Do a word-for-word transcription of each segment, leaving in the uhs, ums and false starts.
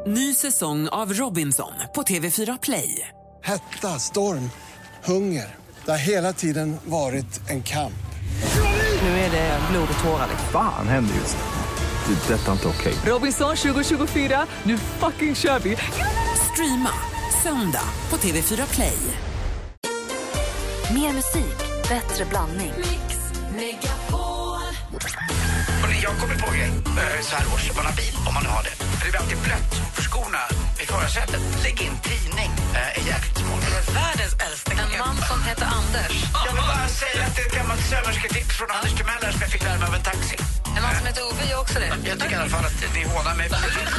Ny säsong av Robinson på T V fyra Play. Hetta, storm, hunger. Det har hela tiden varit en kamp. Nu är det blod och tårar. Fan händer just det. Det är detta inte okej. Robinson tjugo tjugofyra, nu fucking kör vi. Streama söndag på T V fyra Play. Mer musik, bättre blandning. Mix Megapol. Och jag kommer på grej så här års, man har bil om man har det. Det blir alltid blött för skorna i förarsätet. Lägg in tidning, är jäkligt smart. Det är världens äldsta. En man som heter Anders. Jag vill bara säga att det är ett gammalt sömmersketips från Anders Timell som jag fick lära mig av en taxi. En man som heter Ove gör också det. Jag tycker i alla fall att ni hånar mig.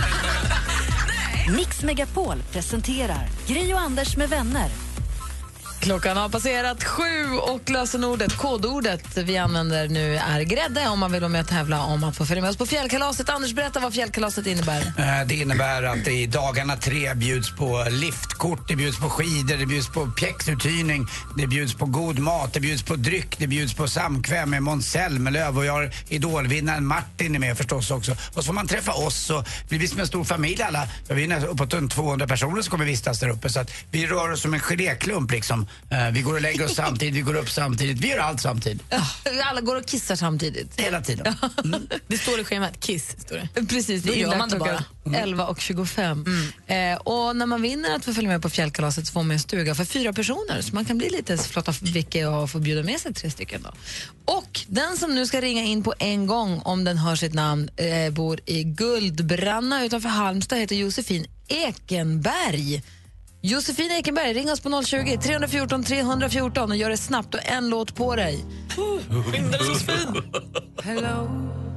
Mix Megapol presenterar Gry och Anders med vänner. Klockan har passerat sju och lösenordet, kodordet vi använder nu är grädde om man vill vara med och tävla om att få följa med oss på fjällkalaset. Anders, berätta vad fjällkalaset innebär. Det innebär att det i dagarna tre bjuds på liftkort, det bjuds på skidor, det bjuds på pjäxuthyrning, det bjuds på god mat, det bjuds på dryck, det bjuds på samkväm med Måns Zelmerlöw och jag har idolvinnaren Martin är med förstås också. Och så får man träffa oss och blir vi som en stor familj alla. Vi är nästan uppåt tvåhundra personer som kommer vistas där uppe så att vi rör oss som en geléklump liksom. Uh, vi går och lägger oss samtidigt, vi går upp samtidigt, vi gör allt samtidigt. Alla går och kissar samtidigt. Hela tiden. Mm. Det står i schemat, kiss står det. Precis, det gör man det bara. Mm. elva och tjugofem. Mm. Eh, och när man vinner att få följa med på fjällkalaset så får man en stuga för fyra personer. Så man kan bli lite flotta Vicky och få bjuda med sig tre stycken då. Och den som nu ska ringa in på en gång om den hör sitt namn eh, bor i Guldbranna utanför Halmstad, heter Josefin Ekenberg. Josefin Ekenberg, ring oss på noll tjugo, tre fjorton, tre fjorton och gör det snabbt och en låt på dig. Skynda dig Josefin. Hello,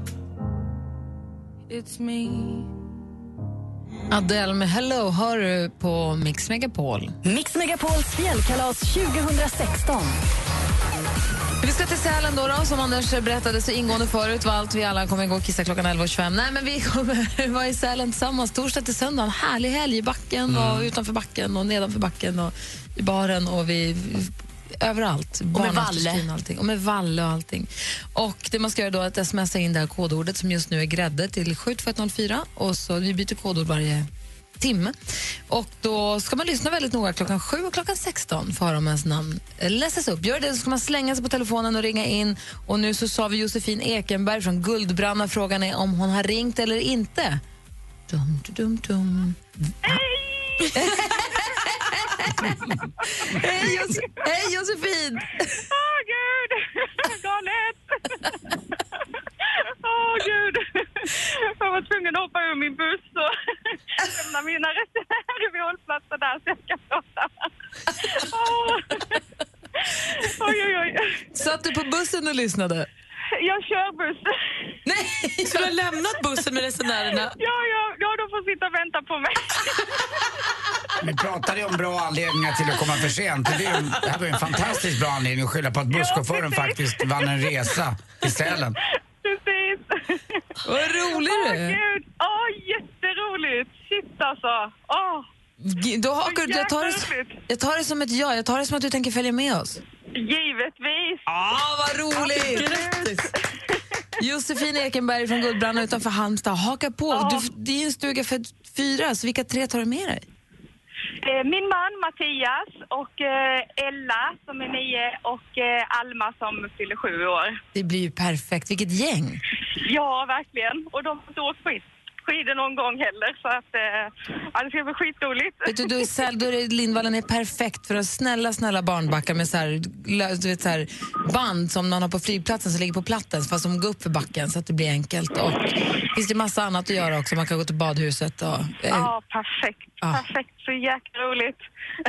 it's me. Adele med Hello hör du på Mix Megapol. Mix Megapols fjällkalas tjugohundrasexton. Vi ska till Sälen då, då, som Anders berättade så ingående förut var allt vi alla kommer gå och kissa klockan elva och tjugofem. Nej, men vi kommer vara i Sälen tillsammans torsdag till söndag. En härlig helg i backen och mm. utanför backen och nedanför backen och i baren och vi överallt. Och med Valle. Och, allting. och med Valle och allting. Och det man ska göra då är att smsa in det här kodordet som just nu är grädde till sju två ett noll fyra och så vi byter kodord varje timme. Och då ska man lyssna väldigt noga klockan sju och klockan sexton för om ens namn läses upp. Gör det så ska man slänga sig på telefonen och ringa in. Och nu så sa vi Josefin Ekenberg från Guldbranna. Frågan är om hon har ringt eller inte. Dum, dum, dum. Hej! Hej, Jos- Hej Josefin! Åh oh, gud, galet! Åh oh, gud, jag var tvungen att hoppa ur min buss och lämna mina resenärer vid hållplatsen där så jag kan prata. Oh. Oj, oj, oj. Satt du på bussen och lyssnade? Jag kör buss. Nej, så du har lämnat bussen med resenärerna? Ja, ja, ja, de får sitta och vänta på mig. Vi pratade om bra anledningar till att komma för sent. Det, är en, det här var en fantastiskt bra anledning att skylla på att busschauffören ja, faktiskt vann en resa i Sälen. Precis. Vad rolig du är. Åh, gud. Åh, jätteroligt. Shit alltså. Åh. Då hakar du, jag, tar det, jag tar det som ett ja, jag tar det som att du tänker följa med oss. Givetvis. Ah, vad roligt. Grattis. Josefin Ekenberg från Guldbranna utanför Halmstad. Haka på. Ja. Du, det är en stuga för fyra, så vilka tre tar du med dig? Min man Mattias och Ella som är nio och Alma som fyller sju år. Det blir ju perfekt. Vilket gäng. Ja, verkligen. Och de har inte åkt skit. skidor någon gång heller så att ja, det ska bli skitroligt. Vet du, du är säl, då är Lindvallen är perfekt för att snälla snälla barnbackar med så här, du vet, så här band som man har på flygplatsen som ligger på platten fast som går upp för backen så att det blir enkelt. Och finns det massa annat att göra också, man kan gå till badhuset och, eh. Ja, perfekt. Ja. Perfekt, så jäkla roligt.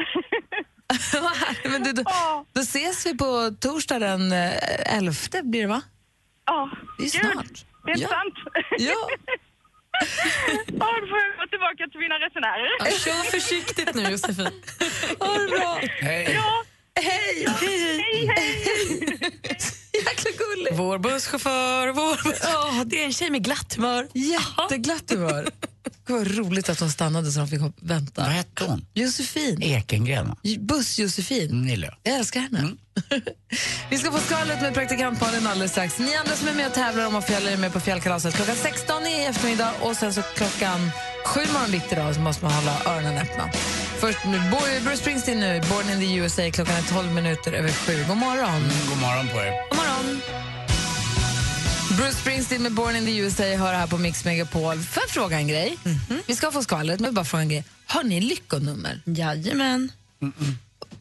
Men du, då, då ses vi på torsdag den elfte blir det, va? Ja, det är snart. Gud, det är ja. sant. Ja. Ja, då får jag gå tillbaka till mina resenärer. Ja, kör försiktigt nu, Josefin. Ha det bra. Hej. Ja. Hej. Hej, hej. hej. Jäkla gullig. Vår busschaufför, vår buss... oh, det är en tjej med glatt humör. Jätteglatt humör. Det var roligt att hon stannade så de fick vänta. Vad hette hon? Josefin. Ekengren. Buss-Josefin. Nille. Jag älskar henne. Mm. Vi ska få skvallret med praktikantparen alldeles strax. Ni andra som är med och tävlar om att följa med på fjällkalaset klockan sexton i eftermiddag och sen så klockan Sju morgon bitti idag så måste man hålla öronen öppna. Först Bruce Springsteen nu, Born in the U S A, klockan är tolv minuter över sju. God morgon. Mm, god morgon på er. God morgon. Bruce Springsteen med Born in the U S A hör här på Mix Megapol. Får jag fråga en grej? Mm-hmm. Vi ska få skvallret, men bara fråga en grej. Har ni lyckonummer? Jajamän. Mm-mm.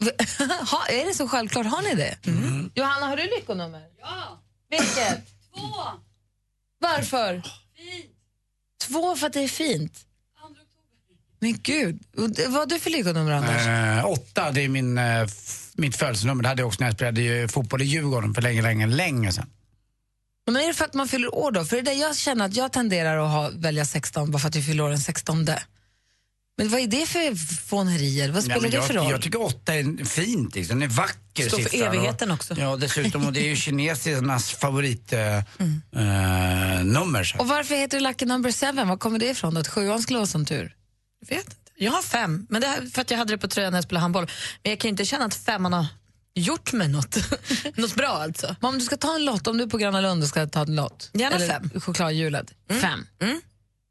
ha, är det så självklart? Har ni det? Mm. Johanna, har du lyckonummer? Ja. Vilket? Två. Varför? Fint. Två för att det är fint. andra oktober. Men gud, vad har du för lyckonummer, Anders? Eh, åtta, det är min, eh, f- mitt födelsenummer. Det hade jag också när jag spelade ju fotboll i Djurgården för länge, länge, länge sedan. Men är det för att man fyller år då? För det är det jag känner att jag tenderar att ha, välja sexton bara för att vi fyller år den sextonde. Men vad är det för fånerier? Vad spelar ja, det jag, för roll? Jag tycker åtta är fint, liksom. Den är vacker. Står för siffran, evigheten och, också. Ja, dessutom, och det är ju kinesernas favoritnummer. Eh, mm. eh, nummer, så. Och varför heter det Lucky number seven? Var kommer det ifrån då? Att sjuan skulle vara sån tur? Jag vet inte. Jag har fem, men det är för att jag hade det på tröjan när jag spelade handboll. Men jag kan ju inte känna att femman har gjort mig något, något bra alltså. Men om du ska ta en lott, om du är på Gröna Lund och ska ta en lott. Gärna eller fem. Chokladhjulet. Mm. Fem. Mm.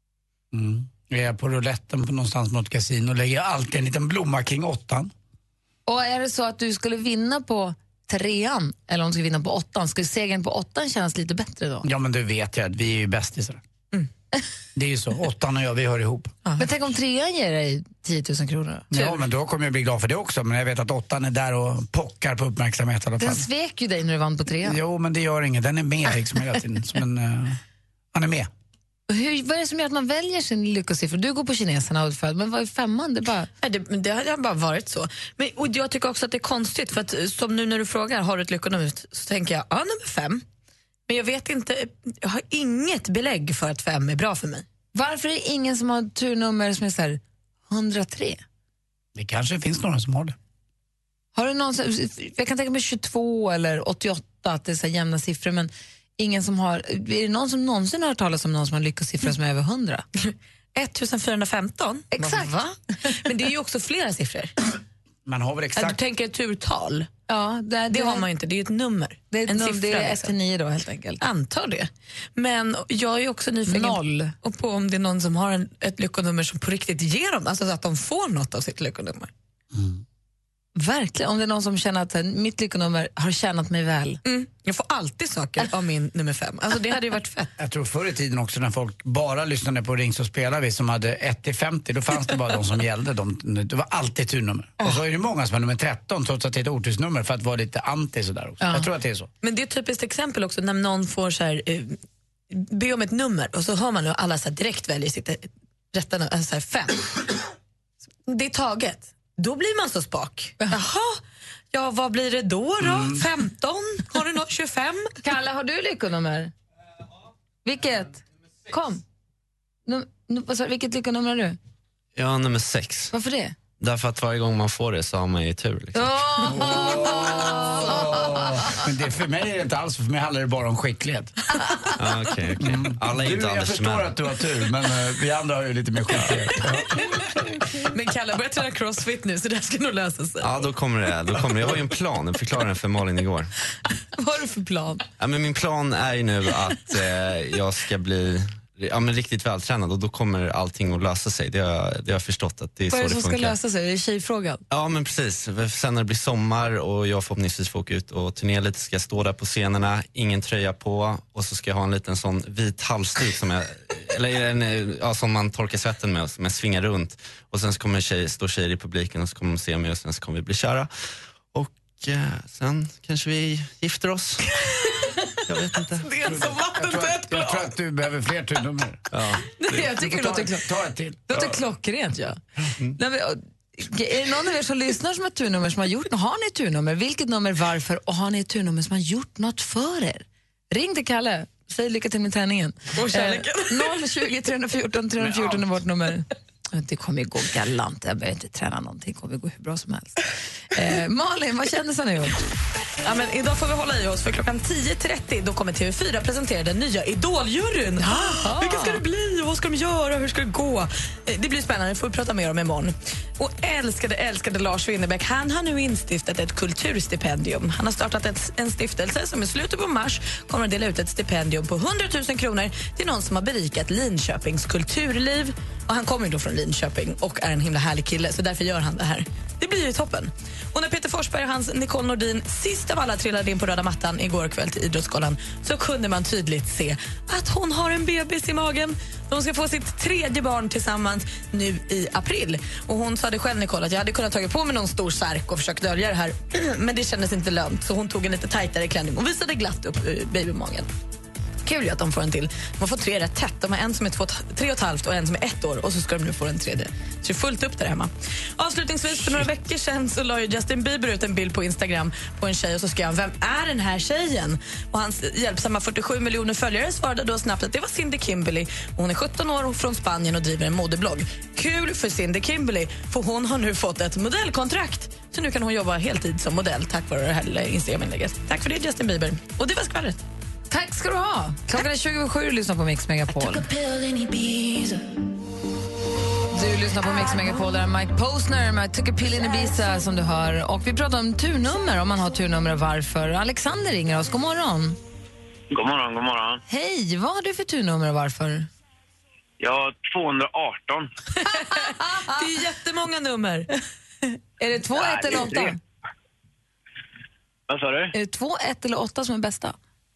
Mm. Jag är på rouletten på någonstans mot kasino och lägger alltid en liten blomma kring åttan. Och är det så att du skulle vinna på trean eller om du skulle vinna på åttan, skulle segern på åttan kännas lite bättre då? Ja, men du vet jag att vi är ju bästisar. Mm. Det är ju så, åttan och jag, vi hör ihop. Aha. Men tänk om trean ger dig tio tusen kronor? Ja, men då kommer jag bli glad för det också. Men jag vet att åttan är där och pockar på uppmärksamhet i alla fall. Den svek ju dig när du vann på trean. Jo, men det gör inget. Den är med liksom hela tiden. Som en, uh, han är med. Hur, vad är det som gör att man väljer sin lyckosiffra? Du går på kineserna och född, men vad är femman? Det, bara... Nej, det, det har bara varit så. Men, och jag tycker också att det är konstigt, för att som nu när du frågar, har du ett lyckonummer? Så tänker jag, ja, nummer fem. Men jag vet inte, jag har inget belägg för att fem är bra för mig. Varför är det ingen som har turnummer som är så här hundratre? Det kanske finns några som har det. Har du någon, jag kan tänka mig tjugotvå eller åttioåtta, att det är så här jämna siffror, men ingen som har, är det någon som någonsin har hört talas om någon som har lyckosiffror som är över hundra? fjortonhundrafemton? Exakt. Va? Men det är ju också flera siffror. Man har väl exakt... Du tänker ett turtal? Ja, det, det, det har man ju inte, det är ett nummer. Det är, ett en num- siffra, det är ett liksom. till nio då helt enkelt. Antar det. Men jag är också nyfiken Noll. och på om det är någon som har en, ett lyckonummer som på riktigt ger dem, alltså så att de får något av sitt lyckonummer. Mm. Verkligen, om det är någon som känner att mitt lyckonummer har tjänat mig väl. Mm. Jag får alltid saker av min nummer fem. Alltså det hade ju varit fett. Jag tror förr i tiden också när folk bara lyssnade på Ring så spelar vi som hade ett till femtio, då fanns det bara de som gällde. De, det var alltid turnummer. Och så är det många som har nummer tretton trots att det är ett otursnummer för att vara lite anti sådär också. Ja. Jag tror att det är så. Men det är ett typiskt exempel också när någon får så här, eh, be om ett nummer och så hör man hur alla så här direkt väljer sitt eh, rätta nummer, alltså så här fem. Det är taget. Då blir man så spak. Jaha, ja vad blir det då då? Mm. femton? Har du något tjugofem? Kalle, har du lyckonummer? Vilket? Kom. Num- num- vad sa du? Vilket lyckonummer har du? Jag har nummer sex. Varför det? Därför att varje gång man får det så har man ju tur. Liksom. Oh! Men det, för mig är det inte alls, för mig handlar det bara om skicklighet. Ah, okay, okay. Alla är Du, inte jag Anders förstår med. att du har tur, men uh, vi andra har ju lite mer skicklighet. Men Kalle börjar träna crossfit nu så det ska nog lösa sig. Ja, då kommer det. Då kommer det. Jag har ju en plan, jag förklarade den för Malin igår. Vad har du för plan? Ja, men min plan är ju nu att eh, jag ska bli ja, men riktigt vältränad och då kommer allting att lösa sig. Det har, det har jag förstått att det är Vad så är det det som funkar. ska lösa sig? Det är tjejfrågan. Ja, men precis. Sen när det blir sommar och jag förhoppningsvis får åka ut och turnera lite, ska jag stå där på scenerna, ingen tröja på och så ska jag ha en liten sån vit halsduk som jag, eller en, ja, som man torkar svetten med och som jag svingar runt. Och sen så kommer tjej, stå tjejer i publiken och så kommer de se mig och sen så kommer vi bli kära. Och eh, sen kanske vi gifter oss. Jag vet inte. Det är som Jag tror, att, jag tror att du behöver fler turnummer. Ja. Nej, jag tycker det låter, ta, klock- ta ett till. det låter klockrent. Ja. Mm. Nej, men, är det någon av er som lyssnar som har turnummer som har gjort något? Har ni ett turnummer? Vilket nummer, varför? Och har ni ett turnummer som har gjort något för er? Ring till Kalle. Säg lycka till med träningen. Och kärleken. Eh, noll tjugo, tre fjorton, tre fjorton är vårt nummer. Det kommer ju gå galant. Jag behöver inte träna någonting. Det kommer gå hur bra som helst. Eh, Malin, vad kändes det nu? Ja, men idag får vi hålla i oss för klockan tio trettio då kommer T V fyra presentera den nya Idoljuryn. Ah. Vilka ska det bli? Vad ska de göra? Hur ska det gå? Det blir spännande, det får vi prata mer om imorgon. Och älskade, älskade Lars Winnerbäck, han har nu instiftat ett kulturstipendium. Han har startat ett, en stiftelse som i slutet på mars kommer att dela ut ett stipendium på hundratusen kronor till någon som har berikat Linköpings kulturliv. Och han kommer ju då från Linköping och är en himla härlig kille, så därför gör han det här. Det blir ju toppen. Och när Peter Forsberg och hans Nicole Nordin sist av alla trillade in på röda mattan igår kväll till Idrottsgalan så kunde man tydligt se att hon har en bebis i magen. De ska få sitt tredje barn tillsammans nu i april. Och hon sa det själv, Nicole, att jag hade kunnat ta på mig någon stor särk och försökt dölja det här. Men det kändes inte lönt, så hon tog en lite tajtare klänning och visade glatt upp babymagen. Kul ju att de får en till. De får tre rätt tätt. De har en som är två, tre och ett halvt och en som är ett år. Och så ska de nu få en tredje. Så det är fullt upp där hemma. Avslutningsvis, för några veckor sedan så la ju Justin Bieber ut en bild på Instagram på en tjej och så skrev han, vem är den här tjejen? Och hans hjälpsamma fyrtiosju miljoner följare svarade då snabbt att det var Cindy Kimberly. Och hon är sjutton år och från Spanien och driver en modeblogg. Kul för Cindy Kimberly, för hon har nu fått ett modellkontrakt. Så nu kan hon jobba heltid som modell tack vare det här Instagram-inlägget. Tack för det, Justin Bieber. Och det var skvallret. Tack ska du ha. Klockan är tjugosju och lyssnar på Mix Megapol. Du lyssnar på Mix Megapol, där Mike Posner med Took a pill in Ibiza som du hör. Och vi pratar om turnummer, om man har turnummer och varför. Alexander ringer oss. God morgon. God morgon, god morgon. Hej, vad har du för turnummer och varför? Jag har tvåhundraarton. Det är jättemånga nummer. Är det två, ett eller åtta? Vad sa du? Är det två, ett eller åtta som är bästa?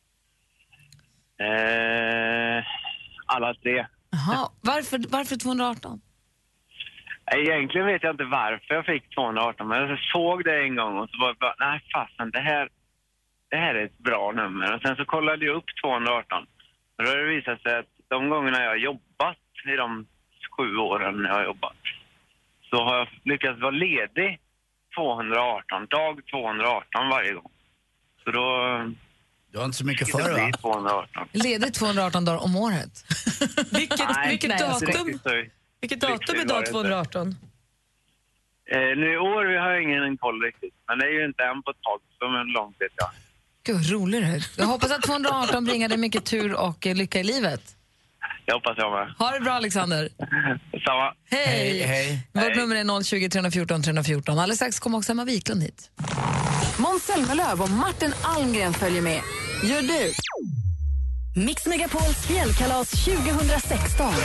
Eh, alla tre. Jaha, varför, varför tvåhundraarton? Egentligen vet jag inte varför jag fick tvåhundraarton, men jag såg det en gång och så var jag bara, nej fasen, det här, det här är ett bra nummer. Och sen så kollade jag upp tvåhundraarton. Och då har det visat sig att de gångerna jag har jobbat, i de sju åren jag har jobbat, så har jag lyckats vara ledig tvåhundraarton, dag tvåhundraarton varje gång. Så då... Du har inte så mycket för, va? tvåhundraarton. Ledigt tvåhundraarton dagar om året. vilket Nej, vilket nej, datum, vilket datum är dag tvåhundraarton? Eh, nu i år vi har jag ingen koll riktigt. Men det är ju inte en på ett tag som en lång tid, ja. Gud, vad rolig du är. Jag hoppas att tvåhundraarton bringar dig mycket tur och eh, lycka i livet. Jag hoppas jag med. Ha det bra, Alexander. Samma. Hej. Hej, hej. Vårt Hej. nummer är noll tjugo, tre fjorton, tre fjorton. Alldeles strax kommer också Emma Wiklund hit. Måns Zelmerlöw och Martin Almgren följer med. Gör du? Mix Megapols fjällkalas tjugohundrasexton.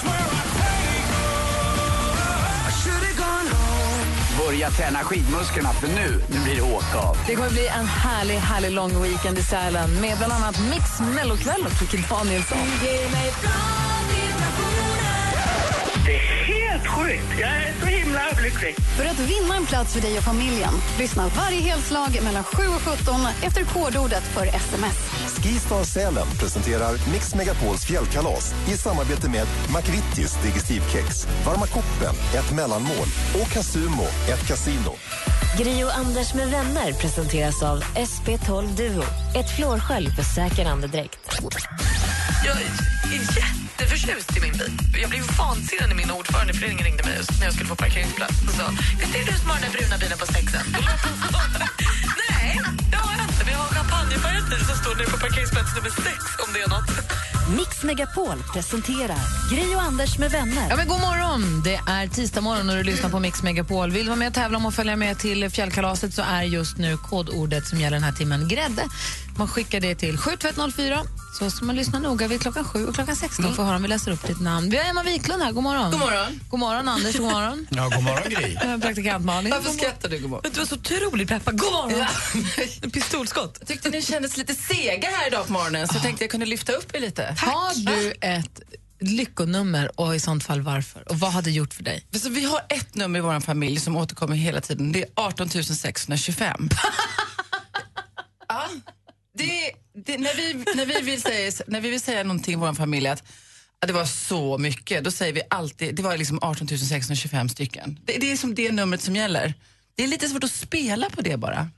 Börja träna skidmusklerna, för nu, nu blir det åka av. Det kommer bli en härlig, härlig lång weekend i Sälen med bland annat Mix Mellokväll och Kikki Danielsson. Det är helt sjukt. Jag är så himla lycklig. För att vinna en plats för dig och familjen, lyssna varje helslag mellan sju och sjutton efter kodordet för sms. Skistar Sälen presenterar Mix Megapols fjällkalas i samarbete med McVittys digestivkex, Varma Koppen, ett mellanmål och Casumo, ett kasino. Gri och Anders med vänner presenteras av S P tolv Duo. Ett flårskölj för säker andedräkt. Jag är jätteförtjust i min bil. Jag blev vansinnig när min ordförande i föreningen ringde mig just när jag skulle få parkeringsplats och sa, visst är du som har den bruna bilen på sexen? Nej, det har jag inte. Vi har champagnefärgad bil som står nu på parkeringsplats nummer sex, om det är något. Mix Megapol presenterar Gri och Anders med vänner. Ja, men god morgon. Det är tisdag morgon och du lyssnar på Mix Megapol. Vill du vara med och tävla om att följa med till fjällkalaset så är just nu kodordet som gäller den här timmen grädde. Man skickar det till sju två ett noll fyra. Så ska man lyssna noga vid klockan sju och klockan sexton mm. för att höra om vi läser upp ditt namn. Vi har Emma Wiklund här, god morgon. God morgon. God morgon Anders, god morgon. Ja, god morgon Gry. Praktikant Malin. Varför skrattar du, god morgon? Du var så otroligt peppad. God morgon. Ja. Pistolskott. Jag tyckte ni kändes lite sega här idag på morgonen så jag tänkte jag kunde lyfta upp er lite. Tack. Har du ett lyckonummer och i sånt fall varför? Och vad har det gjort för dig? Så vi har ett nummer i vår familj som återkommer hela tiden. Det är arton tusen sexhundratjugofem. Ja. Det, det, när, vi, när, vi vill säga, när vi vill säga någonting i vår familj att, att det var så mycket, då säger vi alltid, det var liksom arton tusen sexhundratjugofem stycken. Det, det är som det numret som gäller. Det är lite svårt att spela på det bara.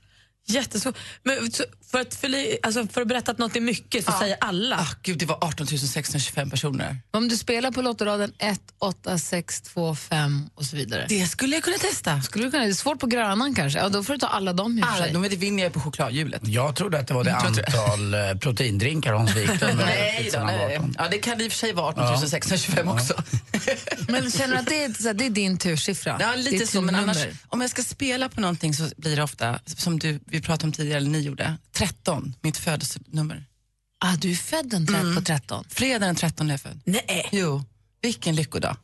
Jättesvårt. Men så, för, att förli, alltså för att berätta att något är mycket så Ja. säger alla. Ah, gud, det var arton tusen sexhundratjugofem personer. Om du spelar på lottoraden ett, åtta, sex, två, fem och så vidare. Det skulle jag kunna testa. Skulle du kunna, det är svårt på grönan kanske. Ja, då får du ta alla dem i och för Alla, sig. de det vinner jag på chokladhjulet. Jag trodde att det var det Jag tror antal eh, proteindrinkar Hans Wiklund. Nej då, nej. Ja, det kan i och för sig vara arton tusen sexhundratjugofem också. Men känner du att det är, så här, det är din tursiffra? Ja, Det är lite så, men turnummer. annars, om jag ska spela på någonting så blir det ofta, som du, vi pratade om tidigare, eller ni gjorde, tretton, mitt födelsenummer. Ah, du är född den mm. på tretton? Fredag den trettonde är jag född. Nej. Jo, vilken lyckodag.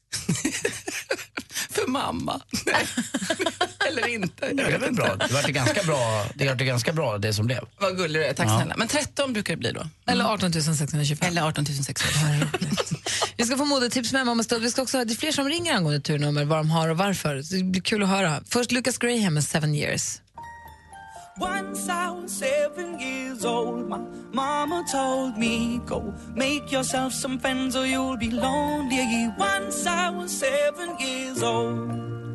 För mamma. Eller inte. Det är väl bra. Det var det ganska bra, det var det ganska bra det som blev. Vad gullig du är, tack Ja. snälla. Men tretton brukar det bli då. Mm. Eller arton tusen sexhundratjugofem. Eller arton tusen sexhundratjugofem. Vi ska få modetips med mamma stund. Vi ska också ha, det är fler som ringer angående turnummer, vad de har och varför. Så det blir kul att höra. Först Lucas Graham med Seven Years. Once I was seven years old, my mama told me, go make yourself some friends or you'll be lonely. Once I was seven years old.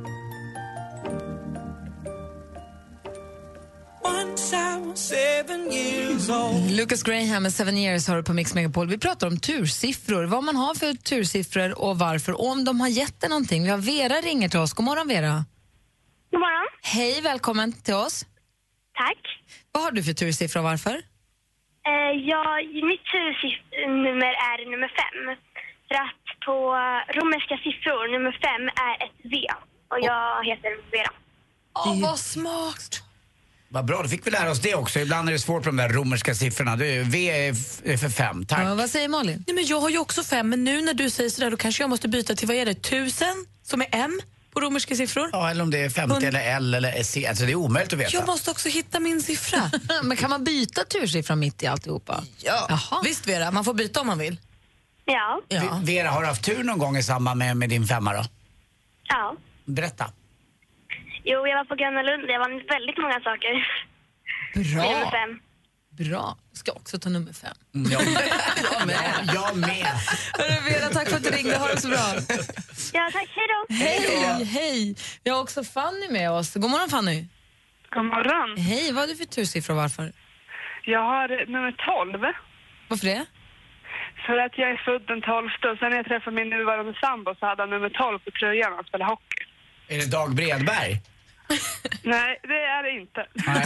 Once I was seven years old. Lucas Graham med Seven Years har du på Mix Megapol. Vi pratar om tursiffror, vad man har för tursiffror och varför. Och om de har gett dig någonting. Vi har Vera ringer till oss. God morgon Vera. God morgon. Hej, välkommen till oss. Tack. Vad har du för tursiffra och varför? Eh, ja, mitt tursiffernummer är nummer fem. För att på romerska siffror, nummer fem är ett V. Och jag heter Vera. Åh, oh, vad smart. Vad bra, då fick vi lära oss det också. Ibland är det svårt på de där romerska siffrorna. Det är, V är f- är för fem, tack. Ja, vad säger Malin? Nej, men jag har ju också fem, men nu när du säger sådär då kanske jag måste byta till, vad är det, tusen som är M på romerska siffror? Ja, eller om det är femtio Hund- eller L eller C. Alltså det är omöjligt att veta. Jag måste också hitta min siffra. Men kan man byta tursiffra mitt i alltihopa? Ja. Jaha. Visst Vera, man får byta om man vill. Ja. Ja. V- Vera, har du haft tur någon gång i samband med, med din femma då? Ja. Berätta. Jo, jag var på Gröna Lund. Det var väldigt många saker. Bra. Nummer fem. Bra. Jag ska också ta nummer fem. Mm, jag, jag med. Jag med. Hörru Vera, tack för att du ringde. Ha det så bra. Ja, tack. Hej då. Hej, hej. Vi har också Fanny med oss. God morgon Fanny. God morgon. Hej, vad är det för tursiffra och varför? Jag har nummer tolv. Varför det? För att jag är född den tolfte och sen när jag träffade min nuvarande sambo så hade han nummer tolv på tröjan och spelade hockey. Är det Dag Bredberg? Nej, det är det inte.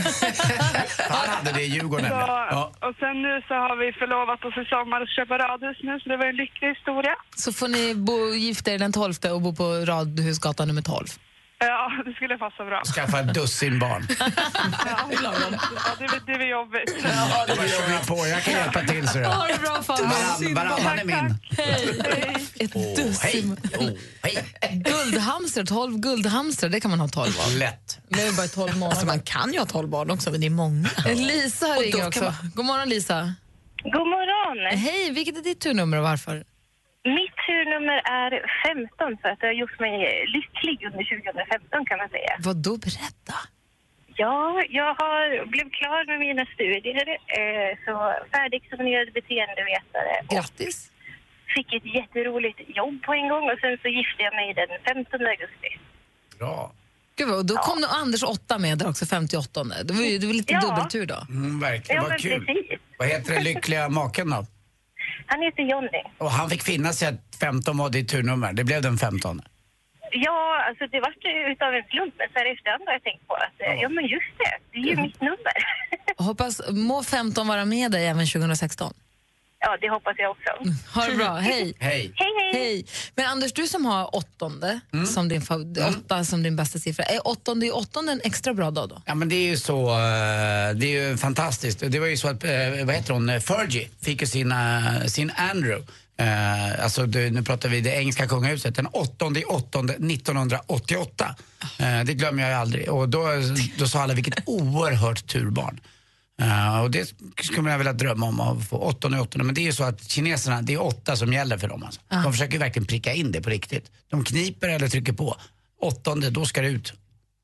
Han hade det i Djurgården. Så, Ja. och sen nu så har vi förlovat oss i sommar och köpa radhus nu, så det var en lycklig historia. Så får ni bo, gifta er den tolfte och bo på Radhusgatan nummer tolv. Ja, det skulle passa bra. Skaffa ett dussin barn. Ja, ja det, det är jobbigt. Ja, det var jag på. Jag kan hjälpa till så. Ha det bra Fanny. Varann, varannan är min. Hej. Ett Oh, dussin. hej. Oh, hej. Guldhamster, tolv guldhamster, det kan man ha tolv av. Lätt. Det är bara tolv månader. Alltså man kan ju ha tolv barn också, men det är många. Lisa Och då ringer kan också. man- God morgon Lisa. God morgon. Hej, vilket är ditt turnummer och varför? Mitt turnummer är femton för att det har gjort mig lycklig under tjugohundrafemton kan man säga. Vad då berätta? Ja, jag har blivit klar med mina studier, eh, så färdigexaminerad beteendevetare. Grattis. Fick ett jätteroligt jobb på en gång och sen så gifte jag mig den femtonde augusti. Bra. Gud, och då kom nog Anders åtta med där också, femtioåtta. Det var ju det var lite Ja. dubbeltur då. Mm, verkligen, Ja, vad men kul. precis. Vad heter den lyckliga maken då? Han heter Johnny. Och han fick finna sig att femton var ditt turnummer. Det blev den femton. Ja, alltså det var ju utav en slump, men så här i efterhand har jag tänkt på att, eh, ja men just det, det är ju mitt nummer. Hoppas, må femton vara med dig även tjugohundrasexton. Ja, det hoppas jag också. Ha det bra, hej. Hej. Hej, hej. Hej. Men Anders, du som har åttonde, Mm. som din fav- åtta som din bästa siffra, är åttonde i åttonde en extra bra dag då? Ja men det är ju så, eh, det är ju fantastiskt. Det var ju så att, eh, vad heter hon, Eh, Fergie fick ju sin, eh, sin Andrew. Eh, alltså det, nu pratar vi det engelska kungahuset, den åttonde i åttonde nittonhundraåttioåtta. Eh, det glömmer jag ju aldrig. Och då, då sa alla vilket oerhört turbarn. Uh, och det skulle man vilja drömma om att få åttonde och åttonde. Men det är ju så att kineserna, det är åtta som gäller för dem alltså. Ah. De försöker verkligen pricka in det på riktigt. De kniper eller trycker på. Åttonde, då ska det ut.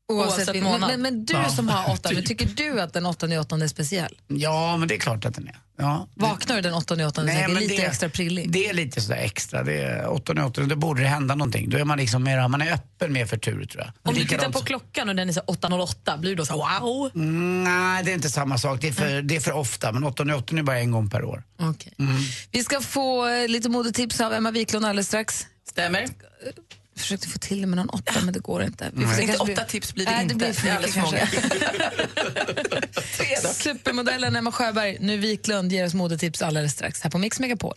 Oavsett, Oavsett men, månad. men, men du Ja, som har åtta, men typ. tycker du att den åttonde åttonde är speciell? Ja, men det är klart att den är. Ja. Vaknar du den åttonde åttonde och Nej, tänker men lite det- extra prillig? Det är lite sådär extra. Det är åttonde åttonde, då borde det hända någonting. Då är man liksom mer, man är öppen mer för tur, tror jag. Om du Likadant tittar på så- klockan och den är så åtta noll åtta, blir du då så här, wow? Mm, nej, det är inte samma sak. Det är för, det är för ofta. Men åttonde åttonde är bara en gång per år. Okay. Mm. Vi ska få eh, lite modetips av Emma Wiklund alldeles strax. Stämmer. Jag försökte få till det med någon åtta, men det går inte. Vi får Nej. se, Inte kanske åtta tips blir det Nej, inte. Det blir för Det är mycket alldeles kanske. Supermodellen Emma Sjöberg, nu Wiklund, ger oss modetips alldeles strax här på Mix Megapol.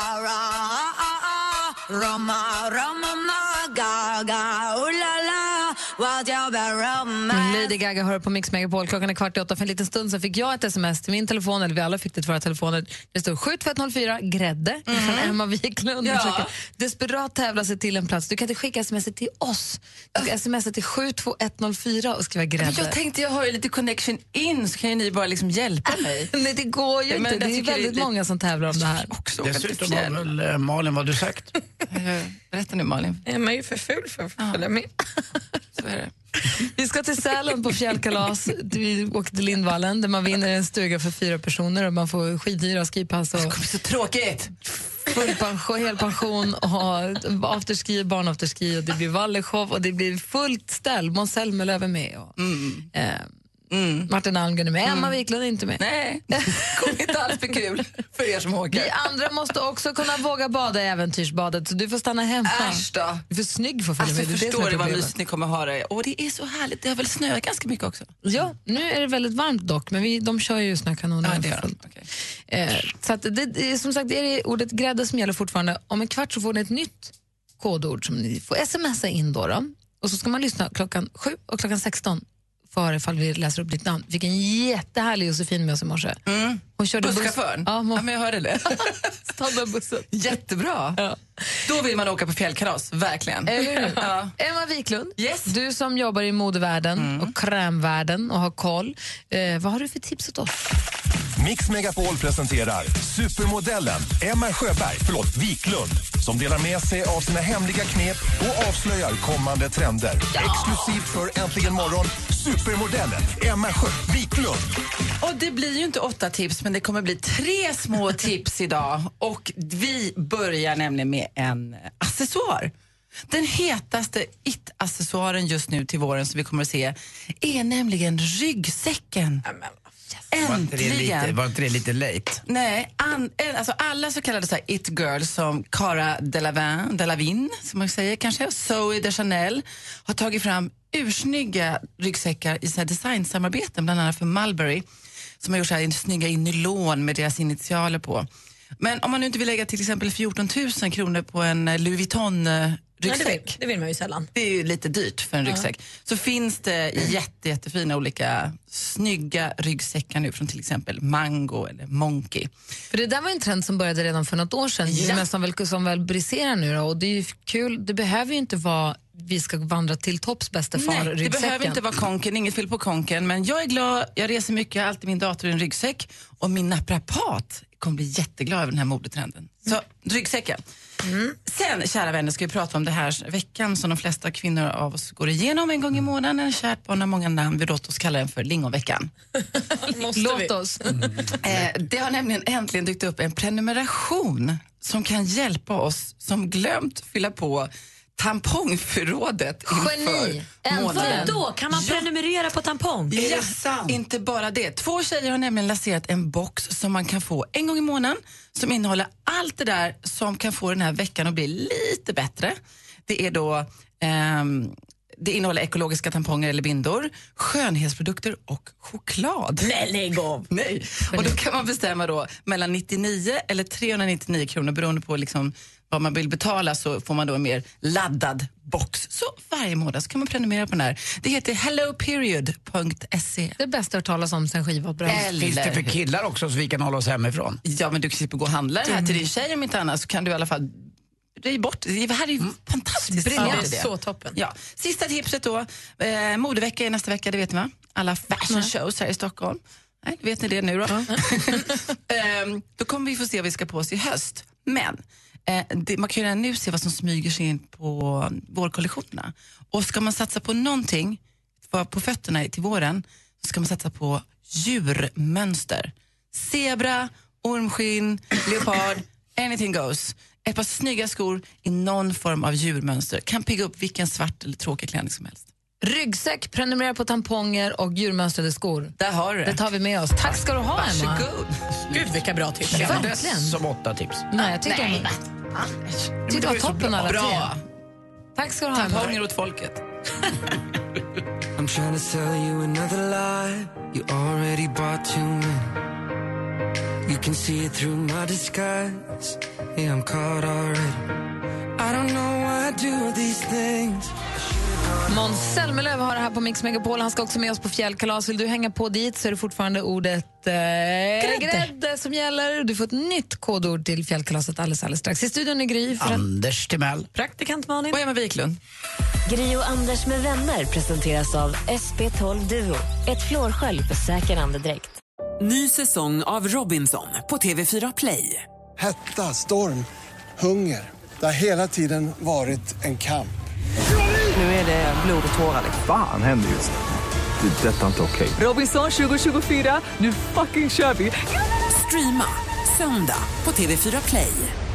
Lady Gaga hör på Mix Megapol. Klockan är kvart i åtta. För en liten stund så fick jag ett sms till min telefon, eller vi alla fick det till våra telefoner. Det står sju två ett noll fyra grädde mm. från Emma Wiklund. Ja. Försöker desperat tävla sig till en plats. Du kan inte skicka sms till oss. Du ska smsa till sju två ett noll fyra och skriva grädde. Jag tänkte, jag har ju lite connection in, så kan ju ni bara liksom hjälpa mig. Nej, det går ju Men inte. jag Det är tycker väldigt det är många som tävlar om det här. Också Dessutom har väl eh, Malin, vad du sagt? Berätta nu, Malin. Emma är ju för ful för att följa med. Så är det. Vi ska till Sälen på fjällkalas. Vi åker till Lindvallen där man vinner en stuga för fyra personer och man får skidhyra, skipass och Det kommer bli så tråkigt. full pension, hel pension och afterski, barnafterski och det blir Walleshow och det blir fullt ställ. Måns Zelmerlöw är med och Mm. eh, Mm. Martin Almgren är med. Mm. Emma Wiklund är inte med. Nej, det kommer inte alls bli kul för er som åker. Vi andra måste också kunna våga bada i äventyrsbadet så du får stanna hemma. Äsch då. Du är för snygg för att följa Alltså, med. Det är det som förstår är du vad problemet. mysigt ni kommer ha det? Och det är så härligt. Det har väl snöat ganska mycket också? Ja, nu är det väldigt varmt dock, men vi, de kör ju snökanoner. Ja, det gör de. fullt. Eh, så att det, det, är- som sagt, det är det ordet grädde som gäller fortfarande. Om en kvart så får ni ett nytt kodord som ni får smsa in då, då. Och så ska man lyssna klockan sju och klockan sexton för ifall vi läser upp ditt namn. Vi fick en jättehärlig Josefin med oss i morse. Mm. Hon körde buss. Busschauffören? Ja, hon... Ja, men jag hörde det. Stanna bussen. Jättebra. Ja. Då vill man åka på fjällkalas, verkligen. Eller hur? Ja. Emma Wiklund, Yes. du som jobbar i modevärlden Mm. och krämvärlden och har koll. Eh, vad har du för tips åt oss? Mix Megapol presenterar supermodellen Emma Sjöberg, förlåt, Wiklund, som delar med sig av sina hemliga knep och avslöjar kommande trender. Exklusivt för Äntligen morgon, supermodellen Emma Sjö Wiklund. Och det blir ju inte åtta tips, men det kommer bli tre små tips idag. Och vi börjar nämligen med en accessoar. Den hetaste it-accessoaren just nu till våren som vi kommer att se är nämligen ryggsäcken. Var inte det lite, Äntligen! var inte det lite late? Nej, an, alltså alla så kallade så här it-girls som Cara Delevingne, Delevingne som man säger kanske, Zoe de Chanel har tagit fram ursnygga ryggsäckar i så här designsamarbeten, bland annat för Mulberry, som har gjort så här snygga i nylon med deras initialer på. Men om man nu inte vill lägga till exempel fjorton tusen kronor på en Louis Vuitton eh, ryggsäck. Nej, det, vill, det vill man ju sällan. Det är ju lite dyrt för en Ja. ryggsäck. Så finns det jätte, jättefina olika snygga ryggsäckar nu från till exempel Mango eller Monkey. För det där var en trend som började redan för något år sedan, Ja. men som väl, som väl briserar nu då, och det är ju kul, det behöver ju inte vara vi ska vandra till topps bästa far Nej, det ryggsäcken. behöver inte vara konken, inget fel på konken, men jag är glad, jag reser mycket, jag har alltid min dator i en ryggsäck och min naprapat kommer bli jätteglad över den här modetrenden. Så ryggsäcken. Mm. Sen, kära vänner, ska vi prata om det här veckan som de flesta kvinnor av oss går igenom en gång i månaden. En kärt barn har många namn, vi låter oss kalla den för lingonveckan. Låt vi? oss. Eh, det har nämligen äntligen dykt upp en prenumeration som kan hjälpa oss som glömt fylla på tampongförrådet Geni! inför Äntligen. månaden. Vadå, kan man prenumerera på tampong? Ja, inte bara det. Två tjejer har nämligen lanserat en box som man kan få en gång i månaden som innehåller allt det där som kan få den här veckan att bli lite bättre. Det är då ehm, det innehåller ekologiska tamponger eller bindor, skönhetsprodukter och choklad. Nej, lägg av. Nej. Och då kan man bestämma då mellan nittionio eller trehundranittionio kronor beroende på liksom vad man vill betala, så får man då en mer laddad box. Så varje månad så kan man prenumerera på den här. Det heter hello period punkt se. Det bästa att talas om sen skivavbrott. Eller Finns det för hur? killar också så vi kan hålla oss hemifrån? Ja, men du slipper gå och handla det här till din tjej om inte annat, så kan du i alla fall röj bort. Det här är ju fantastiskt. Briljant. Ja, Det är så toppen. Ja. Sista tipset då. Eh, modevecka är nästa vecka, det vet ni va? Alla fashion shows här i Stockholm. Nej, vet ni det nu då? eh, då kommer vi få se vad vi ska på oss i höst. Men eh, det, man kan ju redan nu se vad som smyger sig in på vårkollektionerna. Och ska man satsa på någonting vara på fötterna till våren så ska man satsa på djurmönster. Zebra, ormskinn, leopard, anything goes. Ett par snygga skor i någon form av djurmönster kan pigga upp vilken svart eller tråkig klänning som helst. Ryggsäck, prenumerera på tamponger och djurmönstrade skor. Där har du det. Det tar vi med oss. Tack ska du ha, Emma. Varsågod. Gud, vilka bra tips. Verkligen. Som åtta tips. Nej, jag tycker Nej. jag tycker det var toppen alla tre. Bra. Tack ska du ha, Emma. Tamponger åt folket. I'm trying to sell you another lie. You already bought too many. You can see it through my disguise. Yeah, I'm caught already. I don't know why I do these things. Måns Zelmerlöw har det här på Mix Megapol. Han ska också med oss på fjällkalas. Vill du hänga på dit så är det fortfarande ordet eh, grädde. grädde som gäller. Du får ett nytt kodord till fjällkalaset alldeles, alldeles strax. I studion är Gry. För Anders Timell. Praktikant Malin. Och Emma Wiklund. Gry och Anders med vänner presenteras av S P tolv Duo. Ett flårskölj för säker andedräkt. Ny säsong av Robinson på T V fyra Play. Hetta, storm, hunger. Det har hela tiden varit en kamp. Nu är det blod och tårar. Fan händer just det. Det är detta inte okej. Robinson tjugo tjugofyra, nu fucking kör vi. Streama söndag på T V fyra Play.